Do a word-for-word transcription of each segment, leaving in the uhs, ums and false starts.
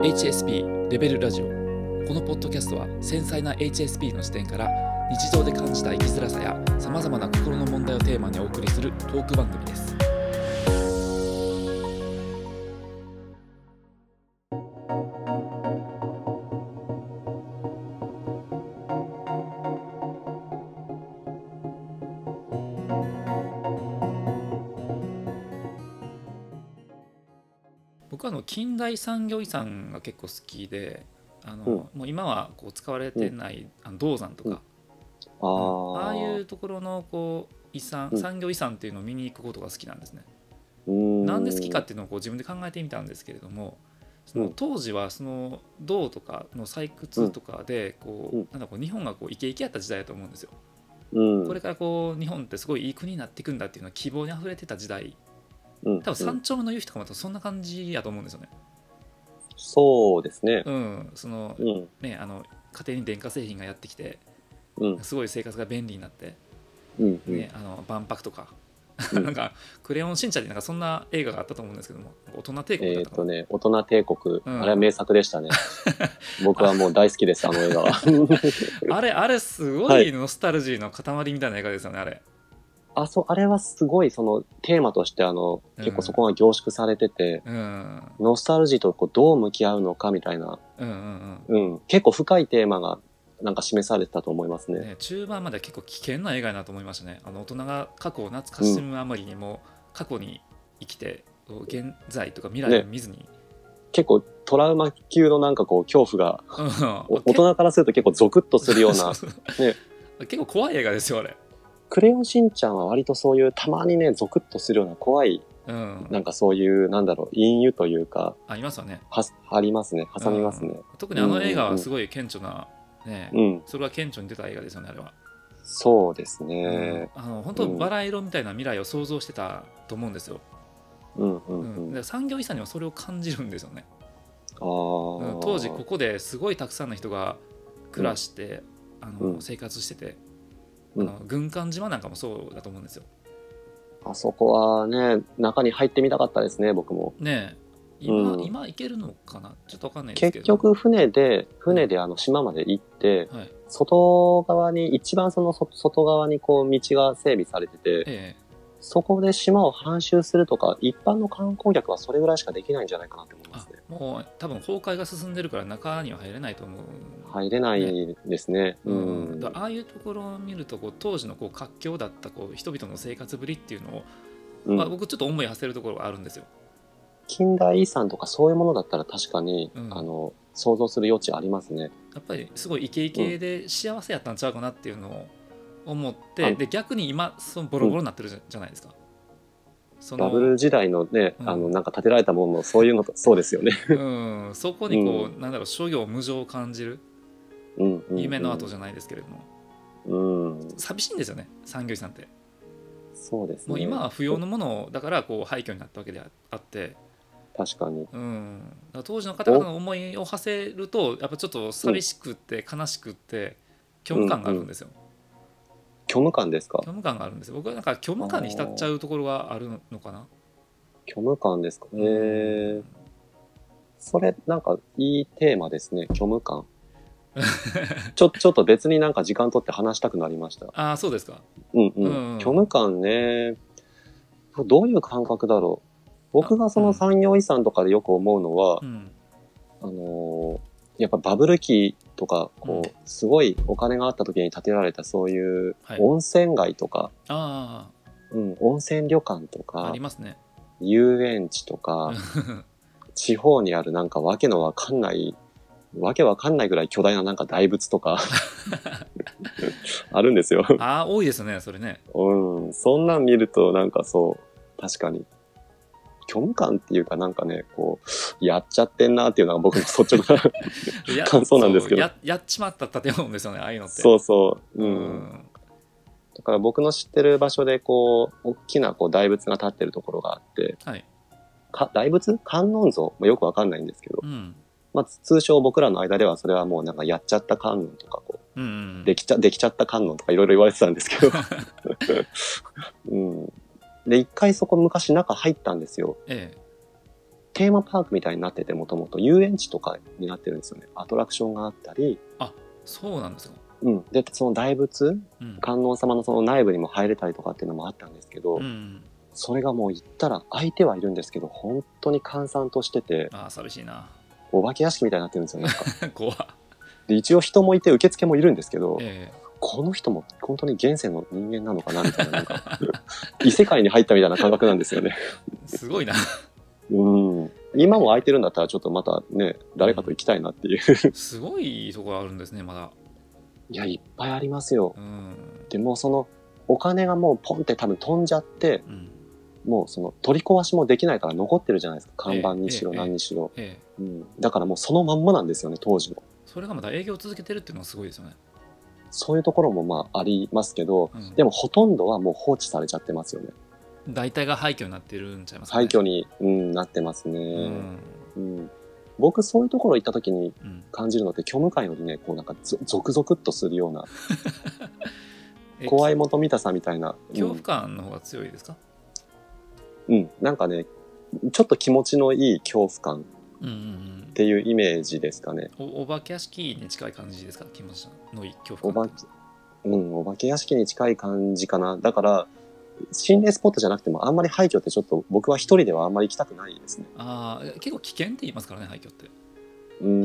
エイチエスピー レベルラジオ。このポッドキャストは繊細な エイチエスピー の視点から日常で感じた生きづらさやさまざまな心の問題をテーマにお送りするトーク番組です。僕はあの近代産業遺産が結構好きで、あの、うん、もう今はこう使われてない、うん、あの銅山とか、うん、あ, ああいうところのこう遺産、うん、産業遺産っていうのを見に行くことが好きなんですね。なんで好きかっていうのをこう自分で考えてみたんですけれども、その当時はその銅とかの採掘とかでこう、うん、なんだこう日本がこうイケイケやった時代だと思うんですよ。うん、これからこう日本ってすごいいい国になっていくんだっていうのは希望にあふれてた時代。多分三丁目の夕日とかもそんな感じやと思うんですよね。 そうですね。 うん、その、うん、ね、あの家庭に電化製品がやってきて、うん、すごい生活が便利になって、うんうん、ね、あの万博とか、うん、なんかクレヨンしんちゃんでなんかそんな映画があったと思うんですけども、大人帝国だったかな。 えーっとね、大人帝国、うん、あれは名作でしたね。僕はもう大好きです、あの映画は。 あれあれすごいノスタルジーの塊みたいな映画ですよね、あれ。 あ、そう、あれはすごいそのテーマとしてあの、うん、結構そこが凝縮されてて、うん、ノスタルジーとこうどう向き合うのかみたいな、うんうんうんうん、結構深いテーマがなんか示されてたと思いますね。 ね、中盤まで結構危険な映画だなと思いましたね。あの大人が過去を懐かしむあまりにも、過去に生きて現在とか未来を見ずに、ね、 結構トラウマ級のなんかこう恐怖が、うん、大人からすると結構ゾクッとするような、ね、 結構怖い映画ですよあれ。 クレヨンしんちゃんは割とそういうたまにねゾクッとするような怖い、うん、なんかそういうなんだろう隠喩というかありますよね。 はありますね、挟みますね、うん、 特にあの映画はすごい顕著な、ね、うん、それは顕著に出た映画ですよねあれは。 そうですね、 うん、あの本当バラ色みたいな未来を想像してたと思うんですよ。うんうんうん、で産業遺産にはそれを感じるんですよね。あ、うん、当時ここですごいたくさんの人が暮らして、うん、あのうん、生活してて、あの軍艦島なんかもそうだと思うんですよ。 あそこはね中に入ってみたかったですね僕も。 ねえ今、うん、今行けるのかなちょっと分かんないですけど、 結局船で船であの島まで行って、うん、はい、外側に一番その外側にこう道が整備されてて、ええ、そこで島を半周するとか一般の観光客はそれぐらいしかできないんじゃないかなと思いますね。 もう多分崩壊が進んでるから中には入れないと思う、ね、 入れないですね、 うん、だああいうところを見るとこう当時のこう活況だったこう人々の生活ぶりっていうのを、うん、まあ、僕ちょっと思い馳せるところがあるんですよ。 近代遺産とかそういうものだったら確かに、うん、あの想像する余地ありますね。 やっぱりすごいイケイケで幸せやったんちゃうかなっていうのを思って、うん、で逆に今そのボロボロになってるじゃないですか、 うん、そのバブル時代のね、うん、あのなんか建てられたもののそういうのとそうですよね、 うん、そこにこう、うん、なんだろう諸行無常を感じる、うんうんうん、夢の後じゃないですけれども、うん、寂しいんですよね産業遺産って。 そうですね、 もう今は不要のものだからこう廃墟になったわけであって、 確かに、 うん、だから当時の方々の思いを馳せるとやっぱちょっと寂しくって悲しくって虚無感があるんですよ、うんうん、 虚無感ですか。 虚無感があるんですよ。僕はなんか虚無感に浸っちゃうところがあるのかな。 虚無感ですか。へえ、うん、それなんかいいテーマですね、虚無感。ちょちょっと別になんか時間取って話したくなりました。 ああ、そうですか。 うんうん、うんうん、虚無感ね、どういう感覚だろう。僕がその産業遺産とかでよく思うのは、うん、あのー、やっぱバブル期とかこう、うん、すごいお金があった時に建てられたそういう温泉街とか、はい、あ、うん、温泉旅館とかありますね、 遊園地とか地方にあるなんかわけのわかんないわけわかんないぐらい巨大ななんか大仏とかあるんですよ。 ああ、多いですねそれね。 うん、そんなん見るとなんかそう確かに虚無感っていうかなんかねこうやっちゃってんなっていうのが僕の率直な感想なんですけどや, やっちまった建物ですよねああいうのって。 そうそう、うん、うん、だから僕の知ってる場所でこう大きなこう大仏が立ってるところがあって、はい、か大仏観音像、まあ、よくわかんないんですけど、うん、まあ、通称僕らの間ではそれはもうなんかやっちゃった観音とかこう、うんうん、できちゃできちゃった観音とかいろいろ言われてたんですけど、うん、で一回そこ昔中入ったんですよ、ええ、 テーマパークみたいになってて、もともと遊園地とかになってるんですよね。アトラクションがあったり。 あ、そうなんですか。 うん。で、その大仏、うん、観音様のその内部にも入れたりとかっていうのもあったんですけど、うん、それがもう行ったら相手はいるんですけど、本当に閑散としてて、 あ、寂しいな。 お化け屋敷みたいになってるんですよね。なんか怖っ。 で、一応人もいて受付もいるんですけど、 えー、 この人も本当に現世の人間なのかなみたいな、なんか異世界に入ったみたいな感覚なんですよね。 すごいな。 うん。今も空いてるんだったらちょっとまたね、誰かと行きたいなっていう、うん。 すごいところあるんですね、まだ。 いや、いっぱいありますよ。 うん、 でもそのお金がもうポンって多分飛んじゃって、うん、もうその取り壊しもできないから残ってるじゃないですか。看板にしろ何にしろ、ええええうん。だからもうそのまんまなんですよね、当時の。 それがまだ営業を続けてるっていうのはすごいですよね。 そういうところもまあありますけど、うん、でもほとんどはもう放置されちゃってますよね。 大体が廃墟になってるんちゃいますかね。廃墟に、うん、なってますね、うんうん。僕そういうところ行った時に感じるのって、虚無感よりね、こうなんかゾクゾクっとするような怖いもと見たさみたいな、 恐怖感の方が強いですか？ うん、うん、なんかね、ちょっと気持ちのいい恐怖感っていうイメージですかね。 うんうんうん、お, お化け屋敷に近い感じですか？気持ちのいい恐怖感。 おば、うん、お化け屋敷に近い感じかな。だから心霊スポットじゃなくてもあんまり廃墟ってちょっと僕は一人ではあんまり行きたくないですね。 ああ、結構危険って言いますからね、廃墟って。 うん、うん、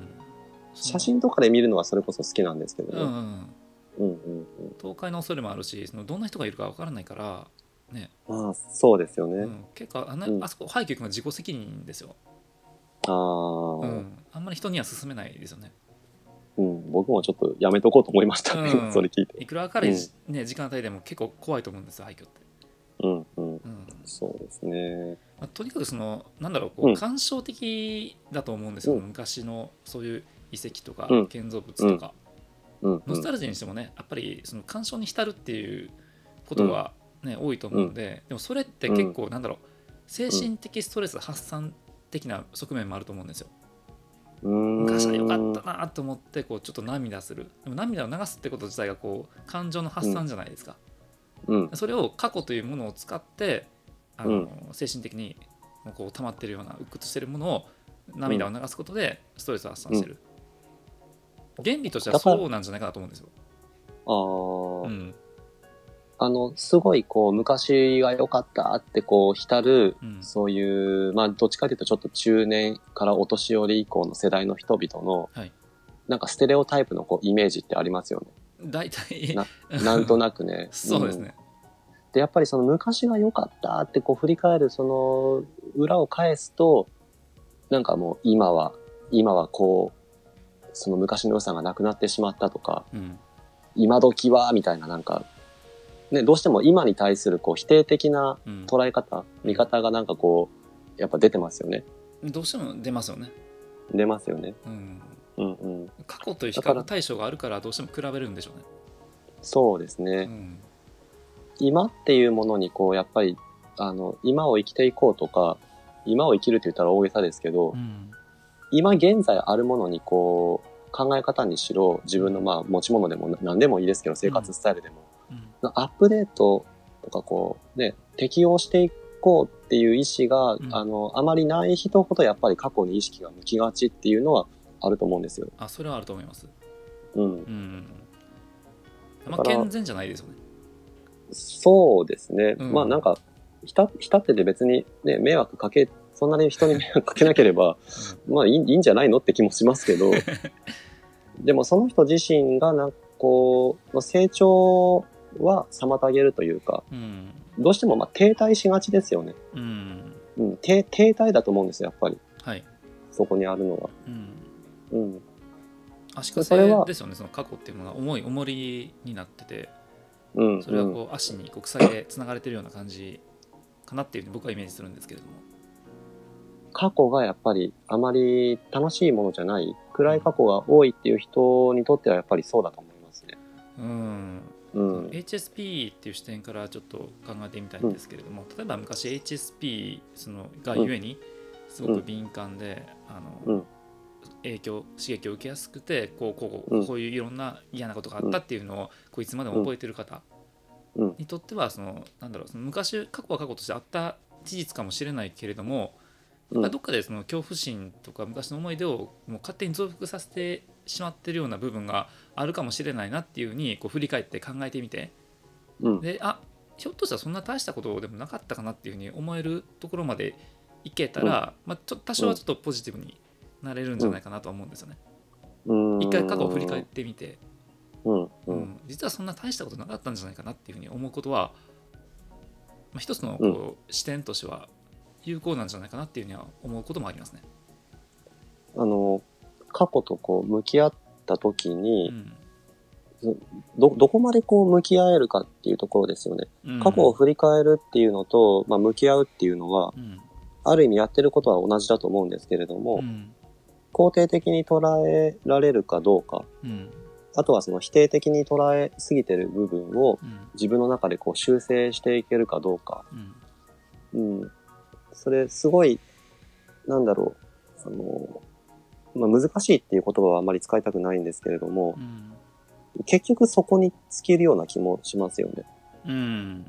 写真とかで見るのはそれこそ好きなんですけどね。うんうんうんうん、倒壊の恐れもあるし、そのどんな人がいるかわからないからね。 ああ、そうですよね。うん、 結構あの、うん、あそこ廃墟行くのは自己責任ですよ。ああ、うん、あんまり人には勧めないですよね。 うん、僕もちょっとやめとこうと思いましたね、うん、それ聞いて。 いくら明るい、ね、時間帯でも結構怖いと思うんですよ、廃墟って。 うんうん、うん、そうですね。 まあ、とにかくそのなんだろう、こう、うん、感傷的だと思うんですよ、うん、昔のそういう遺跡とか建造物とか、うんうん、ノスタルジーにしてもね、やっぱりその感傷に浸るっていうことが、ねうん、多いと思うんで、でもそれって結構なんだろう、精神的ストレス発散的な側面もあると思うんですよ。昔は良かったなと思ってこうちょっと涙する。でも涙を流すってこと自体がこう感情の発散じゃないですか、うん、それを過去というものを使ってあの、うん、精神的にこう溜まってるような鬱屈してるものを涙を流すことでストレスを発散してる、うん、原理としてはそうなんじゃないかなと思うんですよ。 ああ、うん、あのすごいこう昔が良かったってこう浸る、うん、そういうまあどっちかというとちょっと中年からお年寄り以降の世代の人々の、はい、なんかステレオタイプのこうイメージってありますよね。 大体な, なんとなくねそうですね、 うん、でやっぱりその昔が良かったってこう振り返るその裏を返すとなんかもう今は今はこうその昔の良さがなくなってしまったとか、うん、今時はみたいななんかね、どうしても今に対するこう否定的な捉え方、うん、見方がなんかこうやっぱ出てますよね。 どうしても出ますよね。 出ますよね。 うん、うんうん。過去という比較対象があるからどうしても比べるんでしょうね。 そうですね。うん、今っていうものにこうやっぱりあの今を生きていこうとか今を生きるって言ったら大げさですけど、うん、今現在あるものにこう考え方にしろ自分のまあ持ち物でも何でもいいですけど生活スタイルでも、うん、アップデートとかこうね適応していこうっていう意思が、うん、あのあまりない人ほどやっぱり過去に意識が向きがちっていうのはあると思うんですよ。 あ、それはあると思います。 うん。うん 。まあ健全じゃないですよね。 そうですね。うん、まあなんか浸ってて別にね迷惑かけそんなに人に迷惑かけなければ、うん、まあいい、いいんじゃないのって気もしますけどでもその人自身がなんかこう成長は妨げるというか、うん、どうしてもまあ停滞しがちですよね。うんうん、停停滞だと思うんですよやっぱり、はい、そこにあるのは。うんうん、 足かせですよね。その過去っていうものが重い重りになってて、うん、それがこう足にこう鎖でつながれてるような感じかなっていうふうに僕はイメージするんですけれども、 過去がやっぱりあまり楽しいものじゃない暗い過去が多いっていう人にとってはやっぱりそうだと思いますね。 うんうん、エイチエスピー っていう視点からちょっと考えてみたいんですけれども、うん、例えば昔 エイチエスピー そのがゆえにすごく敏感で、うん、あの、うん、影響刺激を受けやすくてこうこうこう、こういういろんな嫌なことがあったっていうのをこういつまでも覚えてる方にとってはそのなんだろうその昔過去は過去としてあった事実かもしれないけれどもやっぱどっかでその恐怖心とか昔の思い出をもう勝手に増幅させてしまってるような部分があるかもしれないなっていうふうにこう振り返って考えてみて、 うん、 で、あ、ひょっとしたらそんな大したことでもなかったかなっていうふうに思えるところまでいけたら、うん、まあ、ちょ多少はちょっとポジティブになれるんじゃないかなと思うんですよね。うん、一回過去を振り返ってみて、 うんうんうん、実はそんな大したことなかったんじゃないかなっていうふうに思うことは、まあ、一つのこう視点としては有効なんじゃないかなっていうふうには思うこともありますね。 あの過去とこう向き合った時に、うん、どどこまでこう向き合えるかっていうところですよね。うん、過去を振り返るっていうのと、まあ、向き合うっていうのは、うん、ある意味やってることは同じだと思うんですけれども、うん、肯定的に捉えられるかどうか、うん、あとはその否定的に捉えすぎてる部分を自分の中でこう修正していけるかどうか、うんうん、それすごいなんだろう、あの、まあ、難しいっていう言葉はあまり使いたくないんですけれども、うん、結局そこに尽きるような気もしますよね。 うん、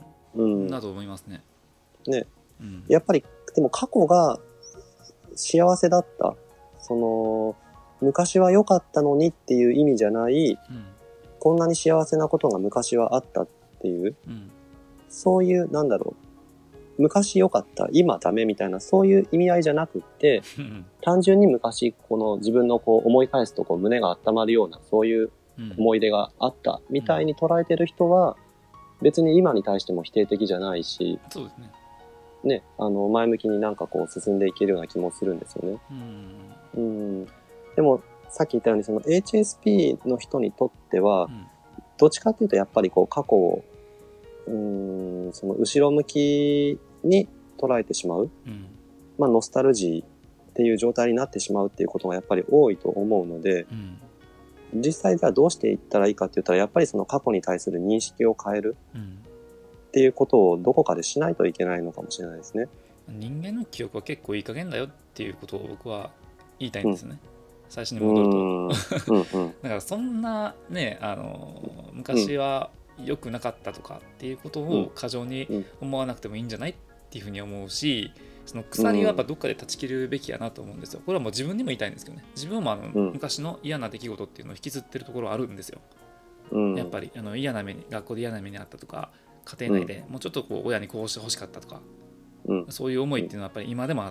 うん、だと思いますね。 ね、うん、やっぱりでも過去が幸せだった、その昔は良かったのにっていう意味じゃない、うん、こんなに幸せなことが昔はあったっていう、うん、そういうなんだろう、昔良かった今ダメみたいなそういう意味合いじゃなくって単純に昔この自分のこう思い返すとこう胸が温まるようなそういう思い出があったみたいに捉えてる人は別に今に対しても否定的じゃないし、 そうですね。 ね、あの前向きになんかこう進んでいけるような気もするんですよね。うん、でもさっき言ったようにその エイチエスピー の人にとっては、うん、どっちかっていうとやっぱりこう過去をうーんその後ろ向きに捉えてしまう、うん、まあノスタルジーっていう状態になってしまうっていうことがやっぱり多いと思うので、うん、実際じゃあどうしていったらいいかって言ったらやっぱりその過去に対する認識を変えるっていうことをどこかでしないといけないのかもしれないですね。 人間の記憶は結構いい加減だよっていうことを僕は言いたいんですよね、うん、最初に戻るとうん、うん、だからそんなねあの昔は良くなかったとかっていうことを過剰に思わなくてもいいんじゃないっていうふうに思うし、その鎖はやっぱどっかで断ち切るべきやなと思うんですよ。これはもう自分にも言いたいんですけどね、自分もあの、うん、昔の嫌な出来事っていうのを引きずってるところあるんですよ、うん、やっぱりあの嫌な目に学校で嫌な目にあったとか家庭内でもうちょっとこう親にこうしてほしかったとか、うん、そういう思いっていうのはやっぱり今でもあって、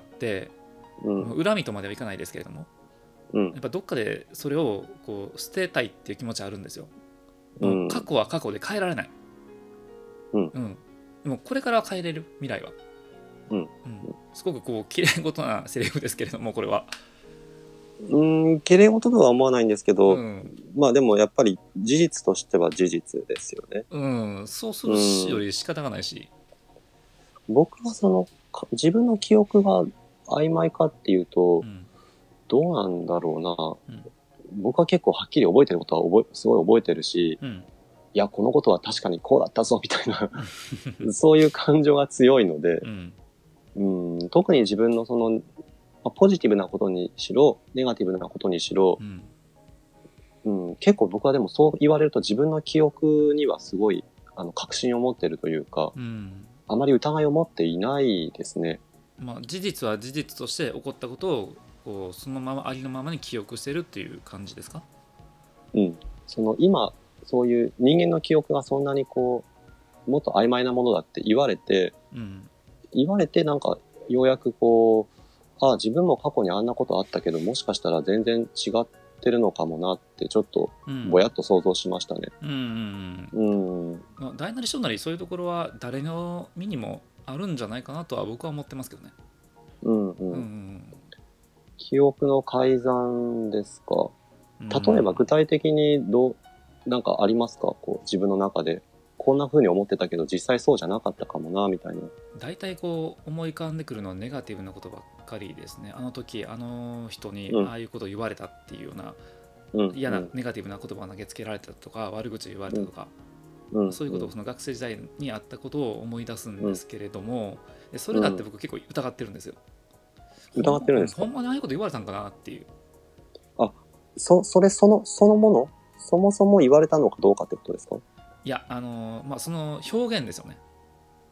うん、恨みとまではいかないですけれども、うん、やっぱどっかでそれをこう捨てたいっていう気持ちあるんですよ。もう過去は過去で変えられない、うんうん、でもこれからは変えれる未来は、うんうん、すごくこう綺麗事なセリフですけれどもこれはうん綺麗事とは思わないんですけど、うん、まあでもやっぱり事実としては事実ですよね。 うん、そうするより仕方がないし、 うん、僕はその自分の記憶が曖昧かっていうと、うん、どうなんだろうな、うん、僕は結構はっきり覚えてることは覚えすごい覚えてるし、うん、いやこのことは確かにこうだったぞみたいなそういう感情が強いので、うんうん、特に自分のそのポジティブなことにしろネガティブなことにしろ、うんうん、結構僕はでもそう言われると自分の記憶にはすごいあの確信を持ってるというか、うん、あまり疑いを持っていないですね。 まあ、事実は事実として起こったことをこうそのままありのままに記憶してるっていう感じですか？ うん、その今そういう人間の記憶がそんなにこうもっと曖昧なものだって言われて、うん、言われてなんかようやくこうああ自分も過去にあんなことあったけどもしかしたら全然違ってるのかもなってちょっとぼやっと想像しましたね。うんうんうん、まあ、大なり小なりそういうところは誰の身にもあるんじゃないかなとは僕は思ってますけどね。うんうん、うんうん、 記憶の改ざんですか。例えば具体的にどうなんかありますか？こう自分の中でこんな風に思ってたけど実際そうじゃなかったかもなみたいな。 大体こう思い浮かんでくるのはネガティブなことばっかりですね。あの時あの人にああいうことを言われたっていうような、うん、嫌なネガティブな言葉を投げつけられたとか悪口を言われたとか、うん、そういうことをその学生時代にあったことを思い出すんですけれども、うん、それだって僕結構疑ってるんですよ。 疑ってるんですか？ ほんまにああいうこと言われたんかなっていう。 あ、そそれそのそのものそもそも言われたのかどうかってことですか？ いやあのー、まあその表現ですよね。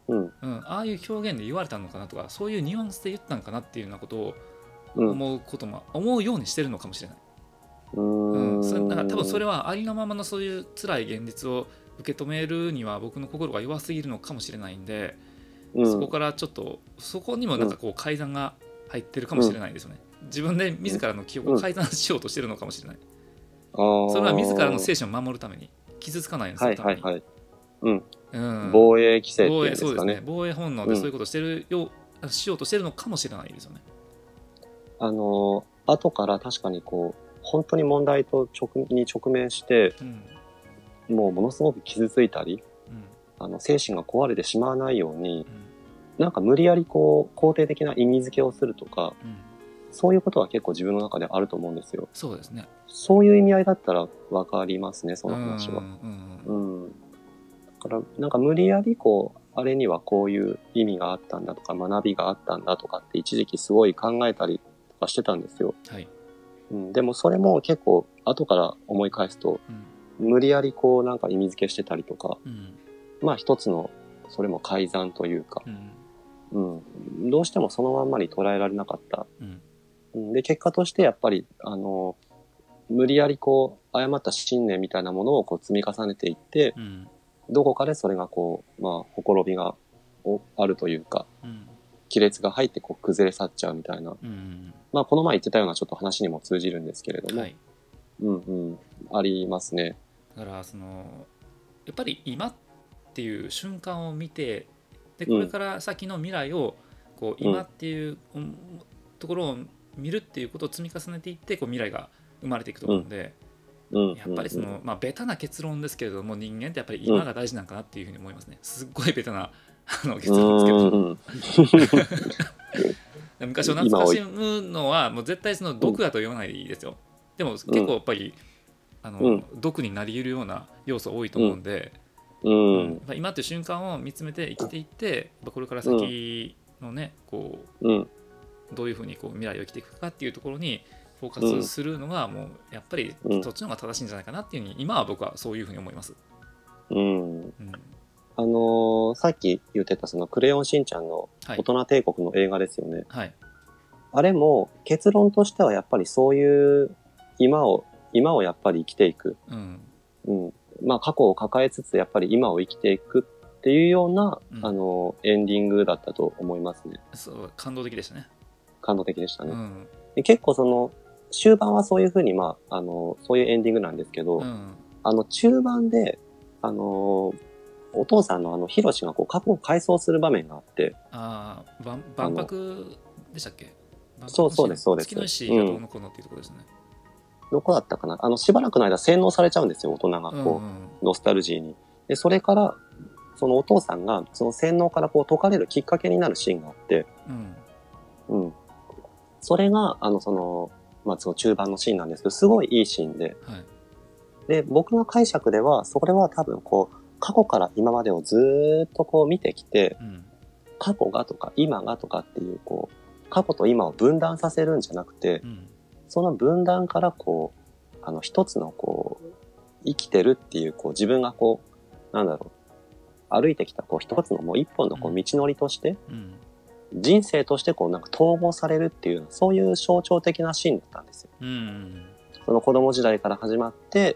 うんうん、ああいう表現で言われたのかなとか、そういうニュアンスで言ったのかなっていうようなことを思うことも、うん、思うようにしてるのかもしれない。 うーん、 うん、それだから多分それはありのままのそういう辛い現実を受け止めるには僕の心が弱すぎるのかもしれないんで、うん、そこからちょっとそこにもなんかこう改ざんが入ってるかもしれないですよね。自分で自らの記憶を改ざんしようとしてるのかもしれない。うん、それは自らの精神を守るために、傷つかないようにするために、はいはいはい、 うんうん、防衛規制っていうんですかね。 防衛、そうですね、防衛本能でそういうことをしてるよ、うん、しようとしてるのかもしれないですよね。 あの後から確かにこう本当に問題と直に直面して、うん、もうものすごく傷ついたり、うん、あの精神が壊れてしまわないように、うん、なんか無理やりこう肯定的な意味付けをするとか、うん、そういうことは結構自分の中であると思うんですよ。 そうですね。 そういう意味合いだったら分かりますね、その話は。うんうん、うん、だからなんか無理やりこうあれにはこういう意味があったんだとか学びがあったんだとかって一時期すごい考えたりとかしてたんですよ。はい、うん、でもそれも結構後から思い返すと、うん、無理やりこうなんか意味付けしてたりとか、うん、まあ一つのそれも改ざんというか、うんうん、どうしてもそのまんまに捉えられなかった。うん、で結果としてやっぱりあの無理やりこう誤った信念みたいなものをこう積み重ねていって、うん、どこかでそれがこうまあほころびがあるというか、うん、亀裂が入ってこう崩れ去っちゃうみたいな、うん、まあこの前言ってたようなちょっと話にも通じるんですけれども、はい、うんうんありますね。 だからそのやっぱり今っていう瞬間を見て、でこれから先の未来をこう今っていうところを見るっていうことを積み重ねていって、こう未来が生まれていくと思うんで、うん、やっぱりその、まあ、ベタな結論ですけれども、人間ってやっぱり今が大事なんかなっていうふうに思いますね。すっごいベタなあの結論ですけど昔を懐かしむのはもう絶対その毒だと言わないですよ。でも結構やっぱりあの、うん、毒になり得るような要素多いと思うんで、うんうん、今っていう瞬間を見つめて生きていって、これから先のねこう、うん、どういうふうにこう未来を生きていくかっていうところにフォーカスするのがもうやっぱりそっちの方が正しいんじゃないかなっていうふうに今は僕はそういうふうに思います。 うん、うん、あのー、さっき言ってたそのクレヨンしんちゃんの大人帝国の映画ですよね、はい、あれも結論としてはやっぱりそういう今を今をやっぱり生きていく、うんうん、まあ過去を抱えつつやっぱり今を生きていくっていうような、うん、あのエンディングだったと思いますね。 そう感動的でしたね。 感動的でしたね、うん、で結構その終盤はそういう風にまああのそういうエンディングなんですけど、うん、あの中盤であのお父さんのあのヒロシがこう過去を回想する場面があって、 ああ万博でしたっけ？ そうそうですそうです。 月の石がどうのこうのっていうところですね。 うん、どこだったかな、あのしばらくの間洗脳されちゃうんですよ、大人がこう、うんうん、ノスタルジーに。でそれからそのお父さんがその洗脳からこう解かれるきっかけになるシーンがあって、うん、うん、それがあのそのまあその中盤のシーンなんですけど、すごいいいシーンで、はい、で僕の解釈ではそれは多分こう過去から今までをずーっとこう見てきて、うん、過去がとか今がとかっていうこう過去と今を分断させるんじゃなくて、うん、その分断からこうあの一つのこう生きてるっていうこう自分がこうなんだろう歩いてきたこう一つのもう一本のこう道のりとして、うん、人生としてこうなんか統合されるっていうそういう象徴的なシーンだったんですよ。うん、その子供時代から始まって、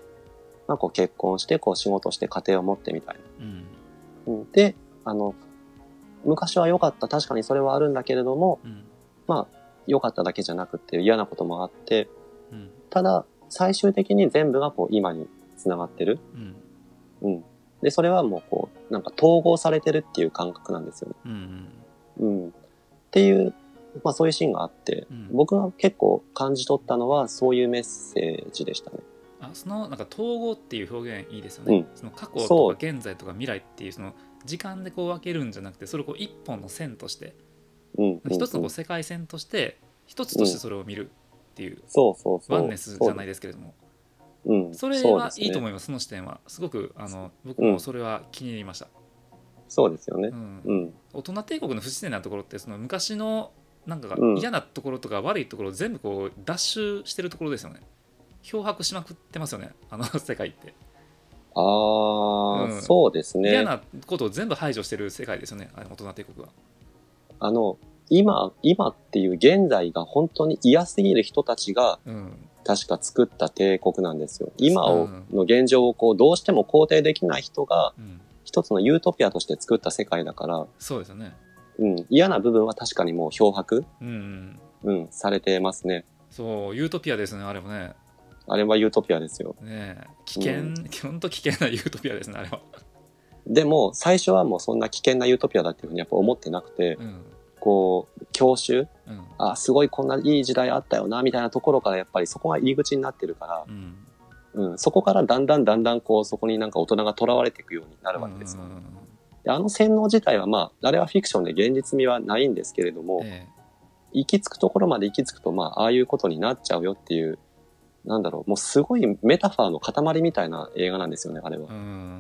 まあ、こう結婚してこう仕事して家庭を持ってみたいな。うん、であの昔は良かった、確かにそれはあるんだけれども、うん、まあ良かっただけじゃなくて嫌なこともあって、うん、ただ最終的に全部がこう今につながってる、うんうん、でそれはもうこうなんか統合されてるっていう感覚なんですよね、うんうんうん、っていう、まあ、そういうシーンがあって、うん、僕が結構感じ取ったのはそういうメッセージでしたね。 あそのなんか統合っていう表現いいですよね、うん、その過去とか現在とか未来っていうその時間でこう分けるんじゃなくて、それをこう一本の線として、うんうんうん、一つのこう世界線として一つとしてそれを見るっていう、うん、 そうそうそうワンネスじゃないですけれども、うん、それはいいと思います。その視点はすごくあの僕もそれは気に入りました。 そうですよね、うんうん、 大人帝国の不自然なところってその昔のなんか嫌なところとか悪いところを全部こう脱臭してるところですよね。漂白しまくってますよね、あの世界って。 ああ、うん、そうですね。 嫌なことを全部排除してる世界ですよね、あの大人帝国は。 あの、今、今っていう現在が本当に嫌すぎる人たちが、確か作った帝国なんですよ。今を、の現状をこう、どうしても肯定できない人が、一つのユートピアとして作った世界だから、 そうですよね。 うん、嫌な部分は確かにもう漂白、うんうん、うん、されてますね。 そう、ユートピアですね、あれもね。 あれはユートピアですよ。 ねえ、危険、うん、ほんと危険なユートピアですね、あれは。 でも、最初はもうそんな危険なユートピアだっていうふうにやっぱ思ってなくて、うん、こう、郷愁、うん、あ、すごいこんないい時代あったよな、みたいなところからやっぱりそこが入り口になってるから、うんうん、そこからだんだんだんだんこう、そこになんか大人が囚われていくようになるわけですよ。うんうんうん、であの洗脳自体はまあ、あれはフィクションで現実味はないんですけれども、ええ、行き着くところまで行き着くと、まあ、ああいうことになっちゃうよっていう、なんだろう、もうすごいメタファーの塊みたいな映画なんですよね、あれは。うん、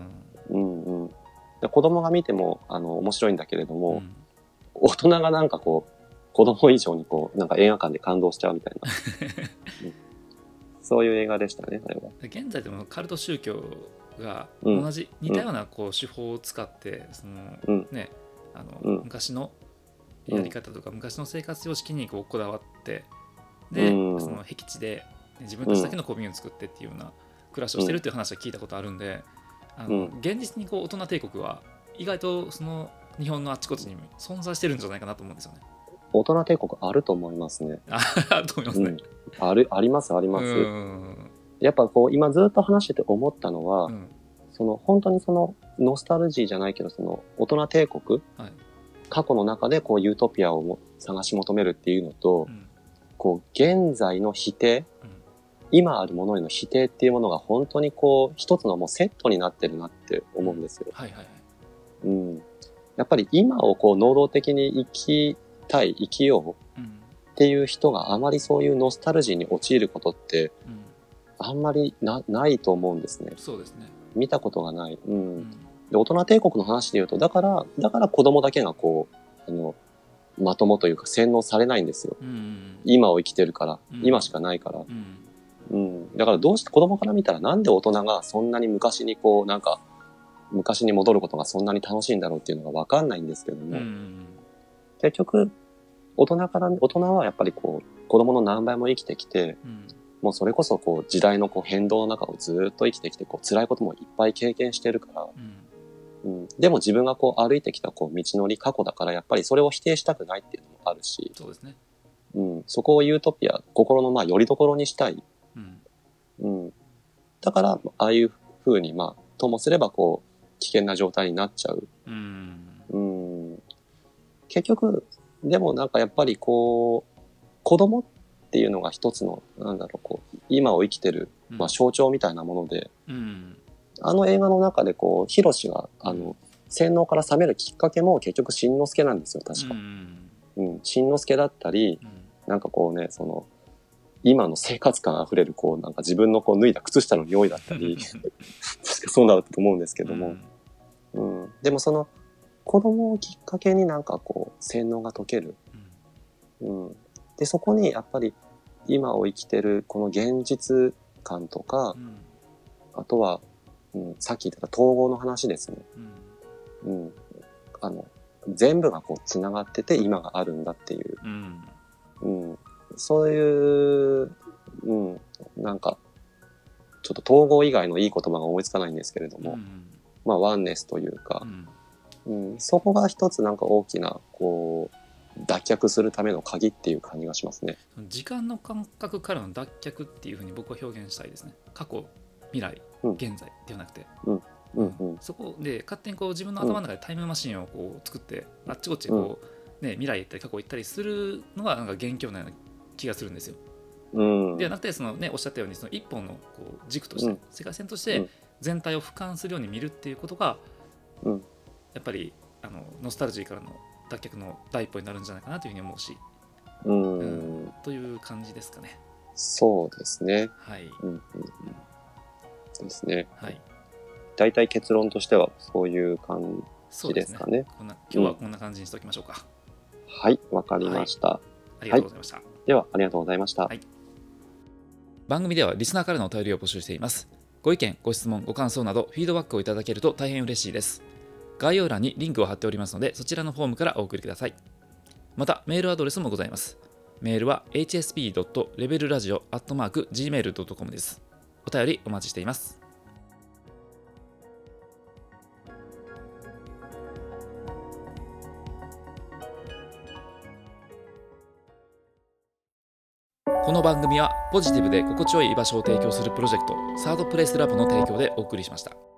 うんうん。で子供が見ても、あの、面白いんだけれども、うん、大人がなんかこう、子供以上にこう、なんか映画館で感動しちゃうみたいな。うん、そういう映画でしたね、あれは。 現在でもカルト宗教が同じ、うん、似たようなこう手法を使って、その、うん、ね、あの、うん、昔のやり方とか、うん、昔の生活様式にこうこだわって、で、うん、その僻地で自分たちだけのコミュニを作ってっていうような暮らしをしてるっていう話は聞いたことあるんで、あの、うん、現実にこう大人帝国は意外とその日本のあちこちに存在してるんじゃないかなと思うんですよね。 大人帝国あると思いますね。 あると思いますね。 うん、ある、ありますあります。やっぱこう今ずっと話してて思ったのは、うん、その本当にそのノスタルジーじゃないけど、その大人帝国、はい、過去の中でこうユートピアを探し求めるっていうのと、うん、こう現在の否定、うん、今あるものへの否定っていうものが本当にこう一つのもうセットになってるなって思うんですよ。うん、はいはいはい。うん。やっぱり今をこう能動的に生きたい、生きようっていう人があまりそういうノスタルジーに陥ることって、あんまり な, ないと思うんですね。 そうですね。 見たことがない。うん。うん、で、大人帝国の話で言うと、だから、だから子供だけがこう、あの、まともというか洗脳されないんですよ。うん、今を生きてるから、うん、今しかないから、うんうん。だからどうして子供から見たらなんで大人がそんなに昔にこう、なんか、昔に戻ることがそんなに楽しいんだろうっていうのがわかんないんですけども、うん、結局、大人から、大人はやっぱりこう、子供の何倍も生きてきて、うん、もうそれこそこう、時代のこう変動の中をずっと生きてきて、こう、辛いこともいっぱい経験してるから、うんうん、でも自分がこう歩いてきたこう道のり過去だから、やっぱりそれを否定したくないっていうのもあるし、 そうですね。 うん、そこをユートピア、心のまあ拠り所にしたい。うんうん、だから、ああいう風にまあ、ともすればこう、危険な状態になっちゃう。うんうん、結局、でもなんかやっぱりこう、子供っていうのが一つの、なんだろう、こう、今を生きてる、まあ象徴みたいなもので、うん、あの映画の中でこう、ヒロシが、あの、洗脳から覚めるきっかけも結局、しんのすけなんですよ、確か。うん、うん、しんのすけだったり、うん、なんかこうね、その、今の生活感あふれる、こう、なんか自分のこう脱いだ靴下の匂いだったり、確かそうだったと思うんですけども、うん、うん、でもその、子供をきっかけになんかこう、洗脳が解ける。うん、で、そこにやっぱり、今を生きてるこの現実感とか、うん、あとは、うん、さっき言ってた統合の話ですね。うん、うん、あの、全部がこう繋がってて今があるんだっていう。うんうん、そういう、うん、なんか、ちょっと統合以外のいい言葉が思いつかないんですけれども、うん、まあ、ワンネスというか、うんうん、そこが一つなんか大きな、こう、脱却するための鍵っていう感じがしますね。 時間の感覚からの脱却っていうふうに僕は表現したいですね。過去、未来、うん、現在ではなくて。うんうんうん、そこで勝手にこう自分の頭の中でタイムマシンをこう作って、うん、あっちこっちこう、ね、未来行ったり過去行ったりするのがなんか元凶なような気がするんですよ。うん、ではなくてその、ね、おっしゃったようにその一本のこう軸として、うん、世界線として全体を俯瞰するように見るっていうことが、うん、やっぱりあのノスタルジーからの脱却の第一歩になるんじゃないかなというふうに思うし、うん、うん、という感じですかね。 そうですね。はい。うんうんうん、ですね。はい。大体結論としてはそういう感じですかね。 ねこんな今日はこんな感じにしておきましょうか。 うん、はい、わかりました、はい。 ありがとうございました。はい、 ではありがとうございました。はい、 番組ではリスナーからのお便りを募集しています。 ご意見、ご質問、ご感想などフィードバックをいただけると大変嬉しいです。概要欄にリンクを貼っておりますので、そちらのフォームからお送りください。また、メールアドレスもございます。メールは エイチエスピードットレベルラジオアットマークジーメールドットコム です。お便りお待ちしています。この番組はポジティブで心地よい居場所を提供するプロジェクトサードプレイスラボの提供でお送りしました。